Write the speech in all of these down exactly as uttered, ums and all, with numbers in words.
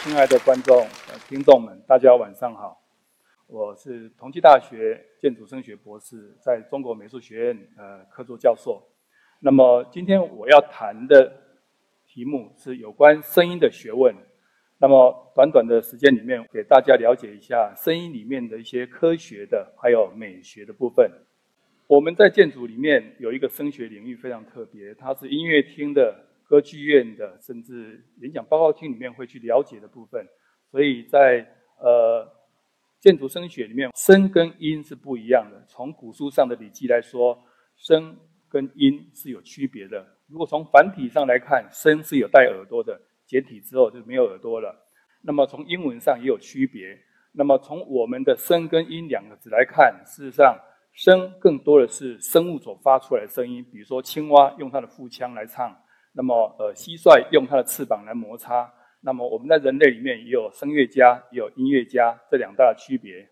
亲爱的观众、呃、听众们，大家晚上好。我是同济大学建筑声学博士，在中国美术学院呃客座教授。那么今天我要谈的题目是有关声音的学问。那么短短的时间里面，给大家了解一下声音里面的一些科学的还有美学的部分。我们在建筑里面有一个声学领域非常特别，它是音乐厅的、歌剧院的，甚至演讲报告厅里面会去了解的部分。所以在呃建筑声学里面，声跟音是不一样的。从古书上的礼记来说，声跟音是有区别的。如果从繁体上来看，声是有带耳朵的，简体之后就没有耳朵了。那么从英文上也有区别。那么从我们的声跟音两个字来看，事实上声更多的是生物所发出来的声音，比如说青蛙用它的腹腔来唱，那么呃蟋蟀用它的翅膀来摩擦。那么我们在人类里面也有声乐家，也有音乐家，这两大的区别。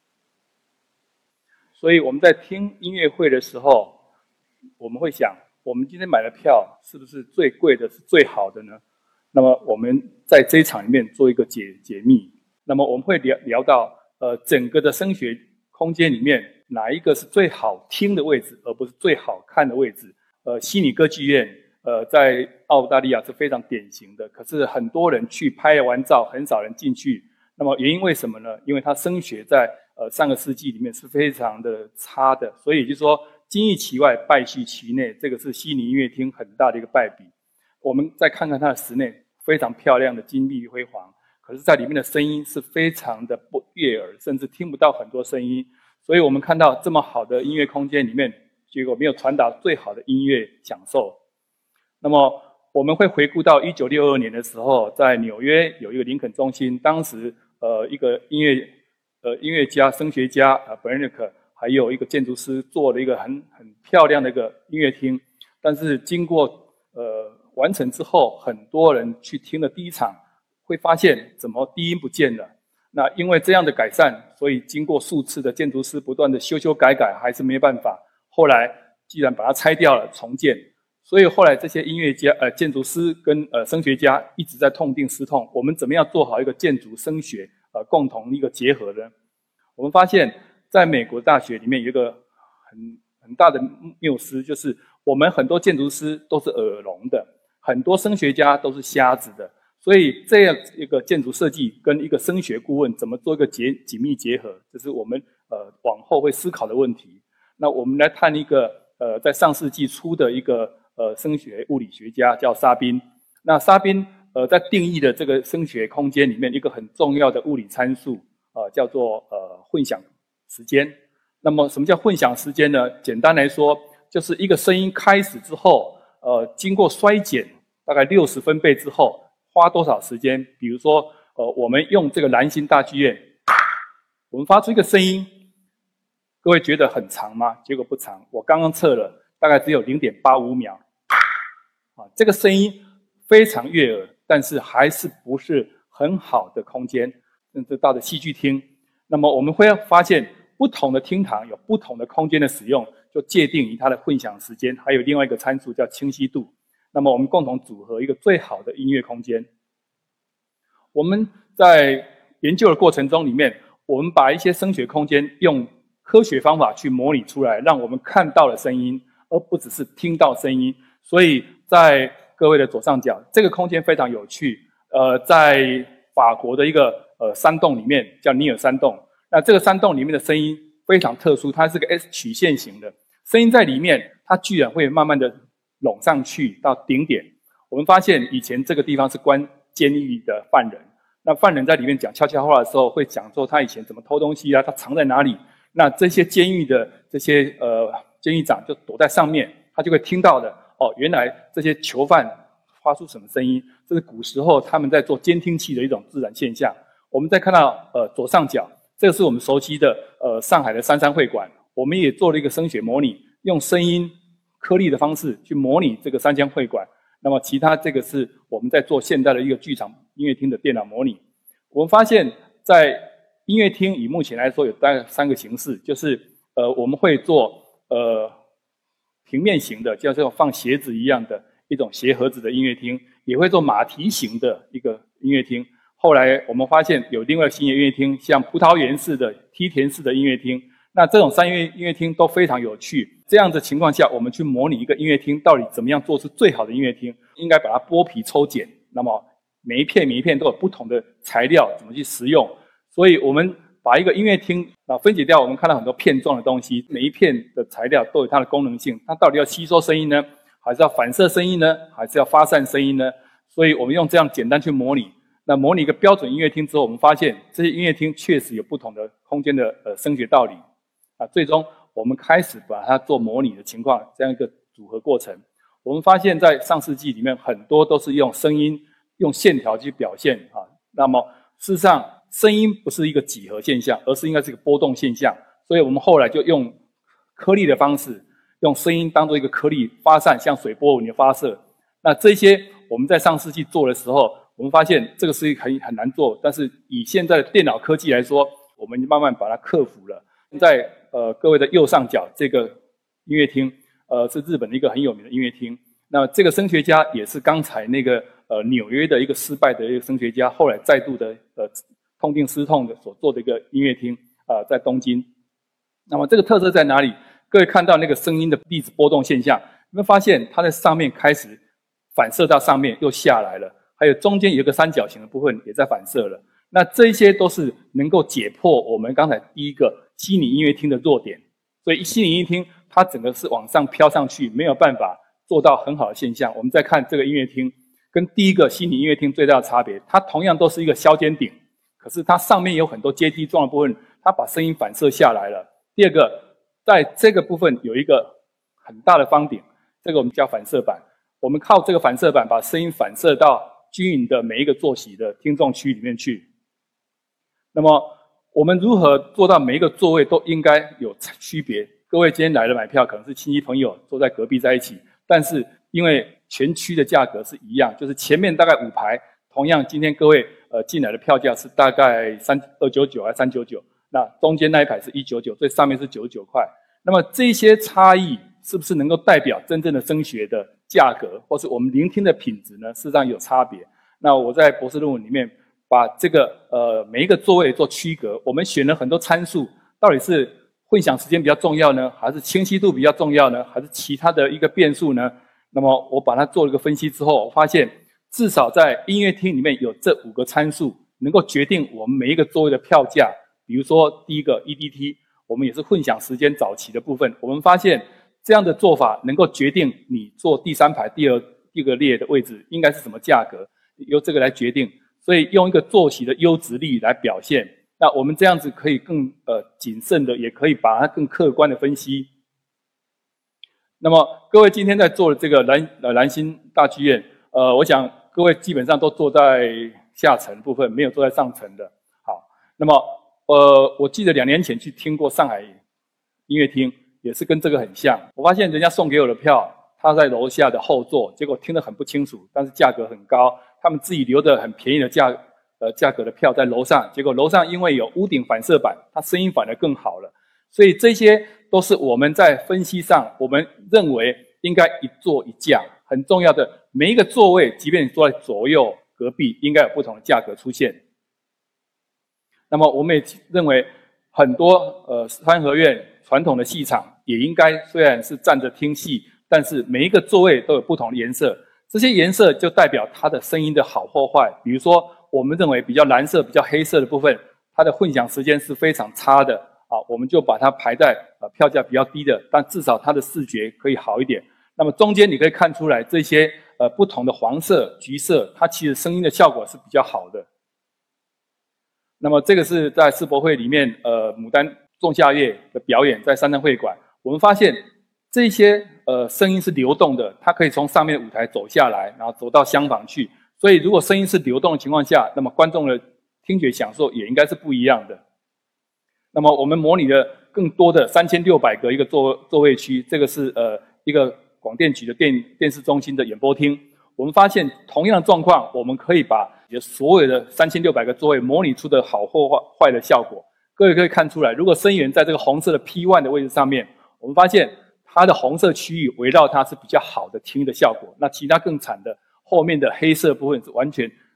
所以我们在听音乐会的时候，我们会想，我们今天买的票是不是最贵的是最好的呢？那么我们在这一场里面做一个解解密。那么我们会聊聊到呃整个的声学空间里面哪一个是最好听的位置，而不是最好看的位置。呃，悉尼歌剧院呃在澳大利亚是非常典型的，可是很多人去拍完照，很少人进去。那么原因为什么呢？因为它声学在呃上个世纪里面是非常的差的，所以就是说金玉其外，败絮其内，这个是悉尼音乐厅很大的一个败笔。我们再看看它的室内，非常漂亮的金碧辉煌，可是在里面的声音是非常的不悦耳，甚至听不到很多声音。所以我们看到这么好的音乐空间里面，结果没有传达最好的音乐享受。那么我们会回顾到一九六二年的时候，在纽约有一个林肯中心，当时呃一个音乐呃音乐家、声学家呃 Bernick 还有一个建筑师做了一个很很漂亮的一个音乐厅，但是经过呃完成之后，很多人去听了第一场，会发现怎么低音不见了。那因为这样的改善，所以经过数次的建筑师不断的修修改改，还是没办法。后来既然把它拆掉了，重建。所以后来这些音乐家、呃建筑师跟呃声学家一直在痛定思痛，我们怎么样做好一个建筑声学呃共同一个结合呢？我们发现，在美国大学里面有一个很很大的谬思，就是我们很多建筑师都是耳聋的，很多声学家都是瞎子的。所以这样一个建筑设计跟一个声学顾问怎么做一个结紧密结合，这是我们呃往后会思考的问题。那我们来看一个呃在上世纪初的一个呃声学物理学家叫沙宾。那沙宾呃在定义的这个声学空间里面一个很重要的物理参数呃叫做呃混响时间。那么什么叫混响时间呢？简单来说，就是一个声音开始之后，呃经过衰减大概六十分贝之后，花多少时间？比如说，呃，我们用这个蓝星大剧院，我们发出一个声音，各位觉得很长吗？结果不长，我刚刚测了，大概只有 零点八五秒。啊，这个声音非常悦耳，但是还是不是很好的空间，甚至到了戏剧厅。那么我们会发现，不同的厅堂有不同的空间的使用，就界定于它的混响时间，还有另外一个参数叫清晰度。那么我们共同组合一个最好的音乐空间。我们在研究的过程中里面，我们把一些声学空间用科学方法去模拟出来，让我们看到了声音，而不只是听到声音。所以在各位的左上角，这个空间非常有趣。呃，在法国的一个呃山洞里面，叫尼尔山洞。那这个山洞里面的声音非常特殊，它是个 S 曲线型的，声音在里面，它居然会慢慢的拢上去到顶点。我们发现以前这个地方是关监狱的犯人，那犯人在里面讲悄悄话的时候，会讲说他以前怎么偷东西啊，他藏在哪里。那这些监狱的这些呃监狱长就躲在上面，他就会听到的。哦，原来这些囚犯发出什么声音，这是古时候他们在做监听器的一种自然现象。我们再看到呃左上角，这个是我们熟悉的呃上海的三山会馆，我们也做了一个声学模拟，用声音颗粒的方式去模拟这个三江会馆。那么其他这个是我们在做现代的一个剧场音乐厅的电脑模拟。我们发现在音乐厅以目前来说有大概三个形式，就是呃我们会做呃平面型的，叫做放鞋子一样的一种鞋盒子的音乐厅，也会做马蹄形的一个音乐厅。 后来我们发现有另外新的音乐厅，像葡萄园式的、梯田式的音乐厅。那这种三乐音乐厅都非常有趣。这样的情况下，我们去模拟一个音乐厅，到底怎么样做出最好的音乐厅？应该把它剥皮抽检，那么每一片每一片都有不同的材料，怎么去食用？所以我们把一个音乐厅啊分解掉，我们看到很多片状的东西，每一片的材料都有它的功能性。它到底要吸收声音呢，还是要反射声音呢，还是要发散声音呢？所以我们用这样简单去模拟。那模拟一个标准音乐厅之后，我们发现这些音乐厅确实有不同的空间的呃声学道理啊。最终我们开始把它做模拟的情况，这样一个组合过程。我们发现，在上世纪里面，很多都是用声音、用线条去表现啊。那么事实上，声音不是一个几何现象，而是应该是一个波动现象。所以我们后来就用颗粒的方式，用声音当做一个颗粒发散，像水波纹的发射。那这些我们在上世纪做的时候，我们发现这个是很很难做，但是以现在的电脑科技来说，我们慢慢把它克服了。在呃各位的右上角这个音乐厅，呃是日本的一个很有名的音乐厅。那这个声学家也是刚才那个呃纽约的一个失败的一个声学家，后来再度的呃痛定思痛的所做的一个音乐厅啊、呃，在东京。那么这个特色在哪里？各位看到那个声音的粒子波动现象，你会发现它在上面开始反射到上面又下来了。还有中间有一个三角形的部分也在反射了，那这些都是能够解破我们刚才第一个虚拟音乐厅的弱点。所以虚拟音乐厅它整个是往上飘上去，没有办法做到很好的现象。我们再看这个音乐厅，跟第一个虚拟音乐厅最大的差别，它同样都是一个削尖顶，可是它上面有很多阶梯状的部分，它把声音反射下来了。第二个，在这个部分有一个很大的方顶，这个我们叫反射板，我们靠这个反射板把声音反射到均匀的每一个坐席的听众区里面去。那么我们如何做到每一个座位都应该有区别？各位今天来了买票，可能是亲戚朋友坐在隔壁在一起，但是因为全区的价格是一样，就是前面大概五排，同样今天各位呃进来的票价是大概三二九九还是三九九，那中间那一排是一九九，最上面是九十九块。那么这些差异是不是能够代表真正的声学的价格，或是我们聆听的品质呢？事实上有差别。那我在博士论文里面把这个呃每一个座位做区隔，我们选了很多参数，到底是混响时间比较重要呢，还是清晰度比较重要呢，还是其他的一个变数呢？那么我把它做了一个分析之后，我发现至少在音乐厅里面有这五个参数，能够决定我们每一个座位的票价。比如说第一个 E D T， 我们也是混响时间早期的部分，我们发现这样的做法能够决定你坐第三排第二第二个列的位置应该是什么价格，由这个来决定。所以用一个坐席的优质力来表现，那我们这样子可以更呃谨慎的，也可以把它更客观的分析。那么各位今天在做的这个蓝呃蓝星大剧院，呃，我想各位基本上都坐在下层部分，没有坐在上层的。好，那么呃，我记得两年前去听过上海音乐厅，也是跟这个很像。我发现人家送给我的票，他在楼下的后座，结果听得很不清楚，但是价格很高。他们自己留的很便宜的价呃价格的票在楼上，结果楼上因为有屋顶反射板，它声音反而更好了。所以这些都是我们在分析上，我们认为应该一座一价，很重要的。每一个座位，即便你坐在左右隔壁，应该有不同的价格出现。那么我们也认为，很多呃三合院传统的戏场也应该虽然是站着听戏，但是每一个座位都有不同的颜色。这些颜色就代表它的声音的好或坏。比如说，我们认为比较蓝色、比较黑色的部分，它的混响时间是非常差的啊，我们就把它排在呃票价比较低的，但至少它的视觉可以好一点。那么中间你可以看出来，这些呃不同的黄色、橘色，它其实声音的效果是比较好的。那么这个是在世博会里面，呃，牡丹仲夏夜的表演，在三山会馆，我们发现这些呃声音是流动的，它可以从上面的舞台走下来，然后走到厢房去。所以如果声音是流动的情况下，那么观众的听觉享受也应该是不一样的。那么我们模拟了更多的三千六百个一个座座位区，这个是呃一个广电局的电电视中心的演播厅。我们发现同样的状况，我们可以把所有的三千六百个座位模拟出的好或坏的效果。各位可以看出来，如果声源在这个红色的 P 一 的位置上面，我们发现它的红色区域围绕它是比较好的听的效果。那其他更惨的后面的黑色部分是完全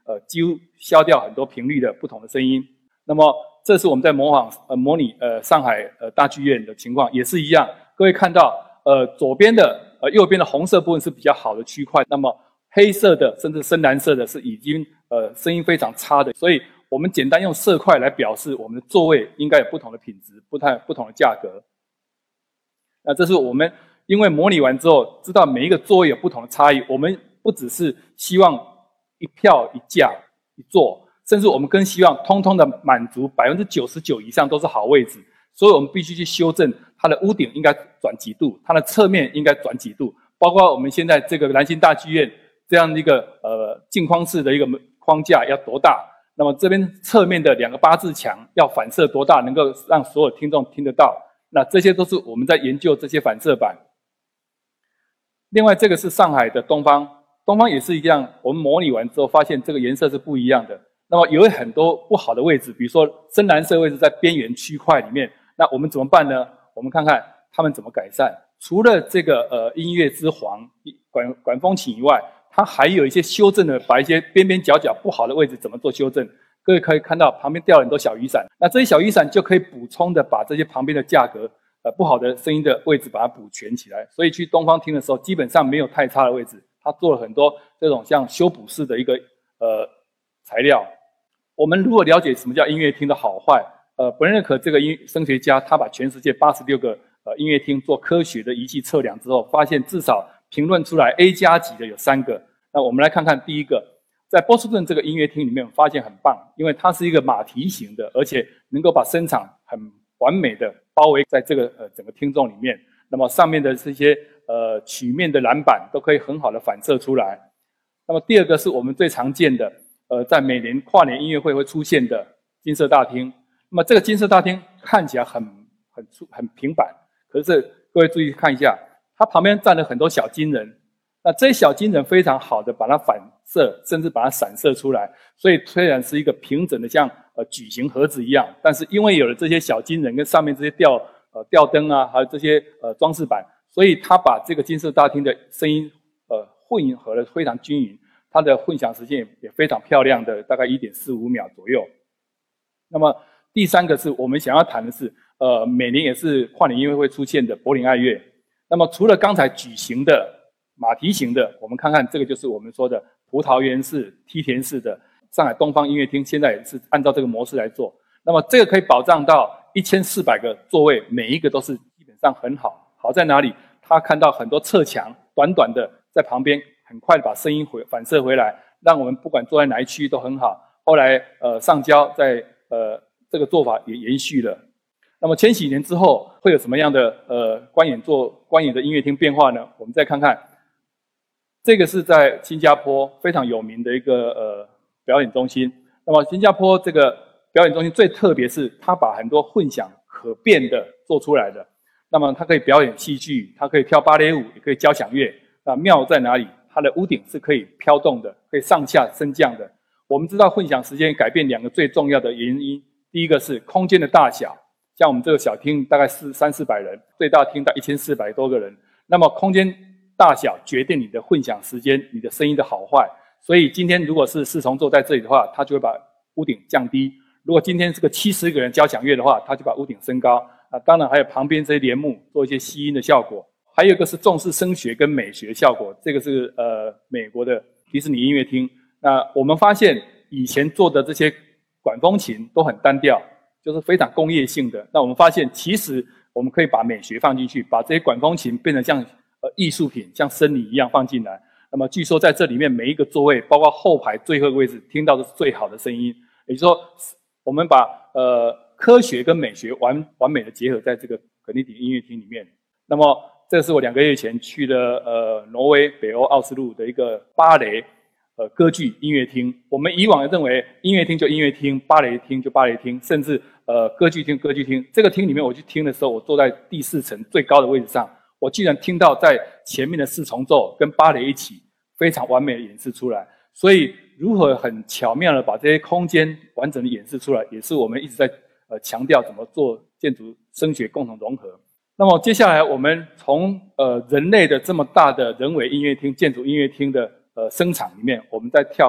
呃几乎消掉很多频率的不同的声音。那么这是我们在模仿呃模拟呃上海呃大剧院的情况，也是一样。各位看到呃左边的呃右边的红色部分是比较好的区块，那么黑色的甚至深蓝色的是已经呃声音非常差的，所以我们简单用色块来表示我们的座位应该有不同的品质，不太不同的价格。那这是我们因为模拟完之后，知道每一个座位有不同的差异，我们不只是希望一票一价一座，甚至我们更希望通通的满足 百分之九十九 以上都是好位置，所以我们必须去修正它的屋顶应该转几度，它的侧面应该转几度，包括我们现在这个南新大剧院这样的一个呃镜框式的一个框架要多大，那么这边侧面的两个八字墙要反射多大，能够让所有听众听得到，那这些都是我们在研究这些反射板。另外这个是上海的东方，东方也是一样，我们模拟完之后发现这个颜色是不一样的。那么有很多不好的位置，比如说深蓝色位置在边缘区块里面，那我们怎么办呢？我们看看他们怎么改善。除了这个呃音乐之皇管管风琴以外，它还有一些修正的，把一些边边角角不好的位置怎么做修正。各位可以看到旁边掉了很多小雨伞，那这些小雨伞就可以补充的把这些旁边的价格呃不好的声音的位置把它补全起来。所以去东方听的时候基本上没有太差的位置，它做了很多这种像修补式的一个呃材料。我们如果了解什么叫音乐厅的好坏，呃，本认可这个音声学家，他把全世界八十六个呃音乐厅做科学的仪器测量之后，发现至少评论出来 A 加级的有三个。那我们来看看第一个，在波士顿这个音乐厅里面，发现很棒，因为它是一个马蹄形的，而且能够把声场很完美的包围在这个呃整个听众里面。那么上面的这些呃曲面的栏板都可以很好的反射出来。那么第二个是我们最常见的。呃，在每年跨年音乐会会出现的金色大厅，那么这个金色大厅看起来很很粗很平板，可是各位注意看一下，它旁边站了很多小金人，那这些小金人非常好的把它反射，甚至把它散射出来，所以虽然是一个平整的像呃矩形盒子一样，但是因为有了这些小金人跟上面这些吊呃吊灯啊，还有这些呃装饰板，所以它把这个金色大厅的声音呃混合的非常均匀。它的混响时间也非常漂亮的，大概 一点四五秒左右。那么第三个是我们想要谈的是，呃，每年也是跨年音乐会出现的柏林爱乐。那么除了刚才矩形的、马蹄形的，我们看看这个就是我们说的葡萄园式、梯田式的上海东方音乐厅，现在也是按照这个模式来做。那么这个可以保障到一千四百个座位，每一个都是基本上很好。好在哪里？他看到很多侧墙，短短的在旁边。很快的把声音回反射回来，让我们不管坐在哪一区都很好。后来呃上交在呃这个做法也延续了。那么千禧年之后会有什么样的呃观演做观演的音乐厅变化呢？我们再看看，这个是在新加坡非常有名的一个呃表演中心。那么新加坡这个表演中心最特别是它把很多混响可变的做出来的。那么它可以表演戏剧，它可以跳芭蕾舞，也可以交响乐。那妙在哪里？它的屋顶是可以飘动的，可以上下升降的。我们知道混响时间改变两个最重要的原因，第一个是空间的大小，像我们这个小厅大概是三四百人，最大厅到一千四百多个人。那么空间大小决定你的混响时间，你的声音的好坏。所以今天如果是四重奏在这里的话，它就会把屋顶降低；如果今天是个七十个人交响乐的话，它就把屋顶升高。啊，当然还有旁边这些帘幕做一些吸音的效果。还有一个是重视声学跟美学效果，这个是呃美国的迪士尼音乐厅。那我们发现以前做的这些管风琴都很单调，就是非常工业性的。那我们发现其实我们可以把美学放进去，把这些管风琴变成像呃艺术品，像僧侣一样放进来。那么据说在这里面每一个座位，包括后排最后一个位置，听到的是最好的声音。也就是说，我们把呃科学跟美学完完美的结合在这个肯尼迪音乐厅里面。那么这是我两个月前去的呃挪威北欧奥斯陆的一个芭蕾呃歌剧音乐厅。我们以往认为音乐厅就音乐厅，芭蕾厅就芭蕾厅，甚至呃歌剧厅歌剧厅。这个厅里面我去听的时候，我坐在第四层最高的位置上，我居然听到在前面的四重奏跟芭蕾一起非常完美的演示出来。所以如何很巧妙的把这些空间完整的演示出来，也是我们一直在呃强调怎么做建筑声学共同融合。那么接下来我们从呃人类的这么大的人为音乐厅、建筑音乐厅的呃声场里面，我们再跳回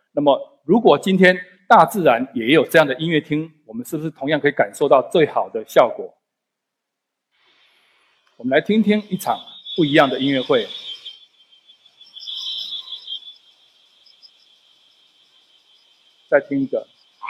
那么如果今天大自然也有这样的音乐厅，我们是不是同样可以感受到最好的效果？我们来听听一场不一样的音乐会。再听一个。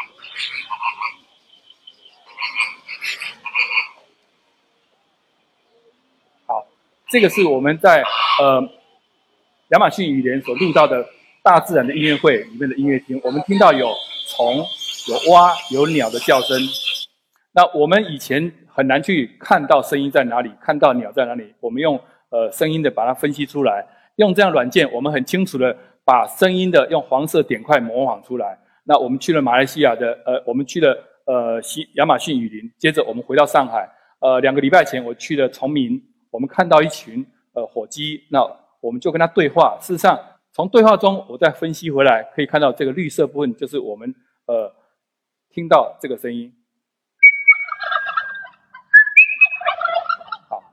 好，这个是我们在呃亚马逊雨林所录到的大自然的音乐会里面的音乐厅。我们听到有虫、有蛙、有鸟的叫声。那我们以前很难去看到声音在哪里，看到鸟在哪里。我们用呃声音的把它分析出来，用这样软件，我们很清楚的把声音的用黄色点块模仿出来。那我们去了马来西亚的，呃，我们去了呃西亚马逊雨林，接着我们回到上海，呃，两个礼拜前我去了崇明，我们看到一群呃火鸡，那我们就跟他对话。事实上，从对话中我再分析回来，可以看到这个绿色部分就是我们呃听到这个声音。好，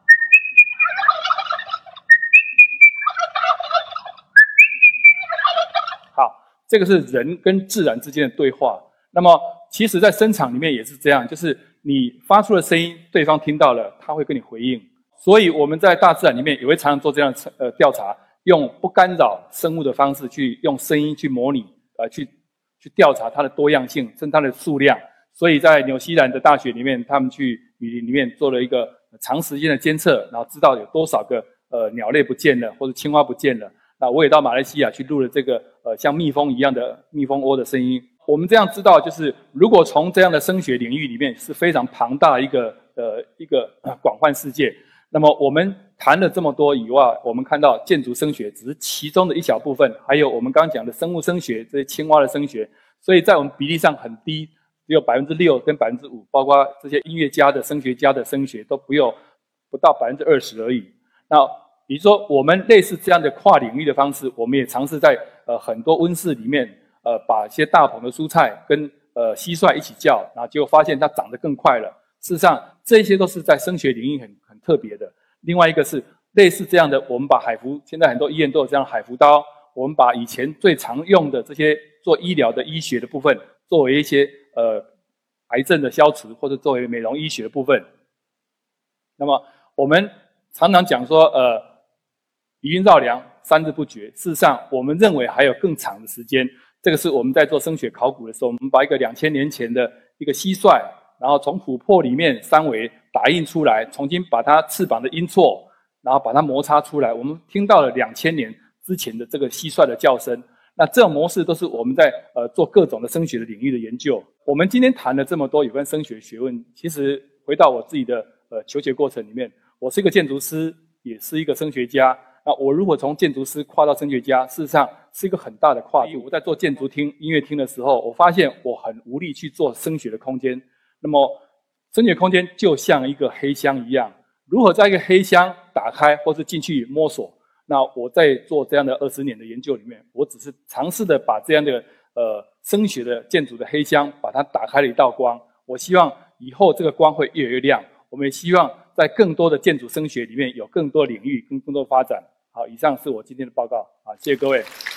好。这个是人跟自然之间的对话。那么，其实在声场里面也是这样，就是你发出的声音，对方听到了，他会跟你回应。所以我们在大自然里面也会常常做这样的呃调查，用不干扰生物的方式去用声音去模拟，呃，去去调查它的多样性，甚至它的数量。所以在纽西兰的大学里面，他们去雨林里面做了一个长时间的监测，然后知道有多少个呃鸟类不见了，或者青蛙不见了。那我也到马来西亚去录了这个呃像蜜蜂一样的蜜蜂窝的声音。我们这样知道，就是如果从这样的声学领域里面是非常庞大的一个呃一个广泛世界。那么我们谈了这么多以外，我们看到建筑声学只是其中的一小部分，还有我们刚刚讲的生物声学，这些青蛙的声学，所以在我们比例上很低，只有百分之六跟百分之五，包括这些音乐家的声学家的声学都不有不到百分之二十而已。那比如说，我们类似这样的跨领域的方式，我们也尝试在呃很多温室里面，呃把一些大棚的蔬菜跟呃蟋蟀一起叫，然后结果发现它长得更快了。事实上，这些都是在声学领域很很特别的。另外一个是类似这样的，我们把海服，现在很多医院都有这样的海服刀，我们把以前最常用的这些做医疗的医学的部分，作为一些呃癌症的消除，或者作为美容医学的部分。那么我们常常讲说，呃。余韵绕梁，三日不绝。事实上，我们认为还有更长的时间。这个是我们在做声学考古的时候，我们把一个两千年前的一个蟋蟀，然后从琥珀里面三维打印出来，重新把它翅膀的音错，然后把它摩擦出来。我们听到了两千年之前的这个蟋蟀的叫声。那这种模式都是我们在呃做各种的声学的领域的研究。我们今天谈了这么多有关声学学问，其实回到我自己的呃求学过程里面，我是一个建筑师，也是一个声学家。那我如果从建筑师跨到声学家，事实上是一个很大的跨度。我在做建筑厅、音乐厅的时候，我发现我很无力去做声学的空间。那么，声学空间就像一个黑箱一样，如何在一个黑箱打开或是进去摸索？那我在做这样的二十年的研究里面，我只是尝试的把这样的呃声学的建筑的黑箱，把它打开了一道光。我希望以后这个光会越来越亮。我们也希望在更多的建筑声学里面有更多领域跟更多发展。好，以上是我今天的报告。好，谢谢各位。